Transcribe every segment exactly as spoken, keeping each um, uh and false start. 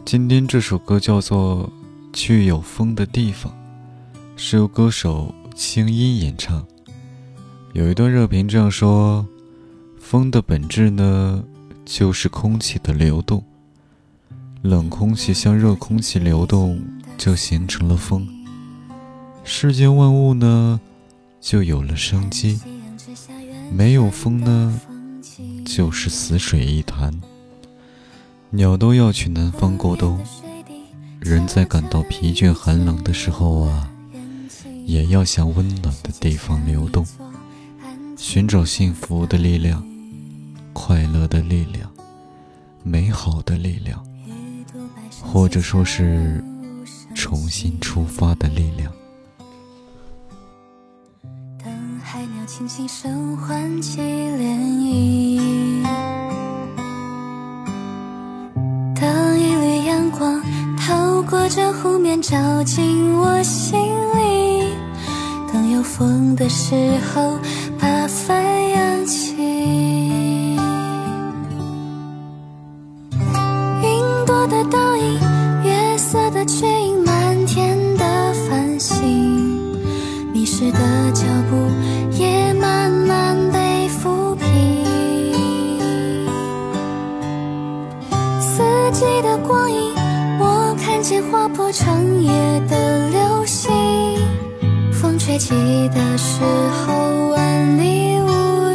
今天这首歌叫做《去有风的地方》，是由歌手清音演唱。有一段热评这样说：风的本质呢，就是空气的流动，冷空气向热空气流动，就形成了风。世间万物呢，就有了生机。没有风呢，就是死水一潭。鸟都要去南方过冬，人在感到疲倦寒冷的时候啊，也要向温暖的地方流动，寻找幸福的力量，快乐的力量，美好的力量，或者说是重新出发的力量。 当海鸟轻轻声唤起涟漪，当一缕阳光透过这湖面照进我心里，当有风的时候把帆扬起，云朵的倒影，月色的缺影，满天的繁星，迷失的脚步也慢慢被抚平，四季的光影，我看见划破长夜的流星，风吹起的时候万里无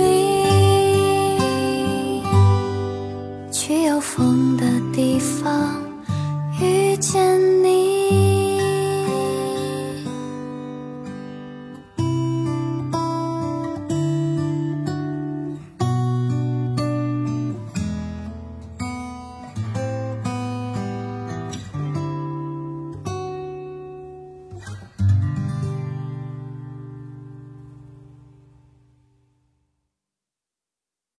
云，去有风的地方遇见你。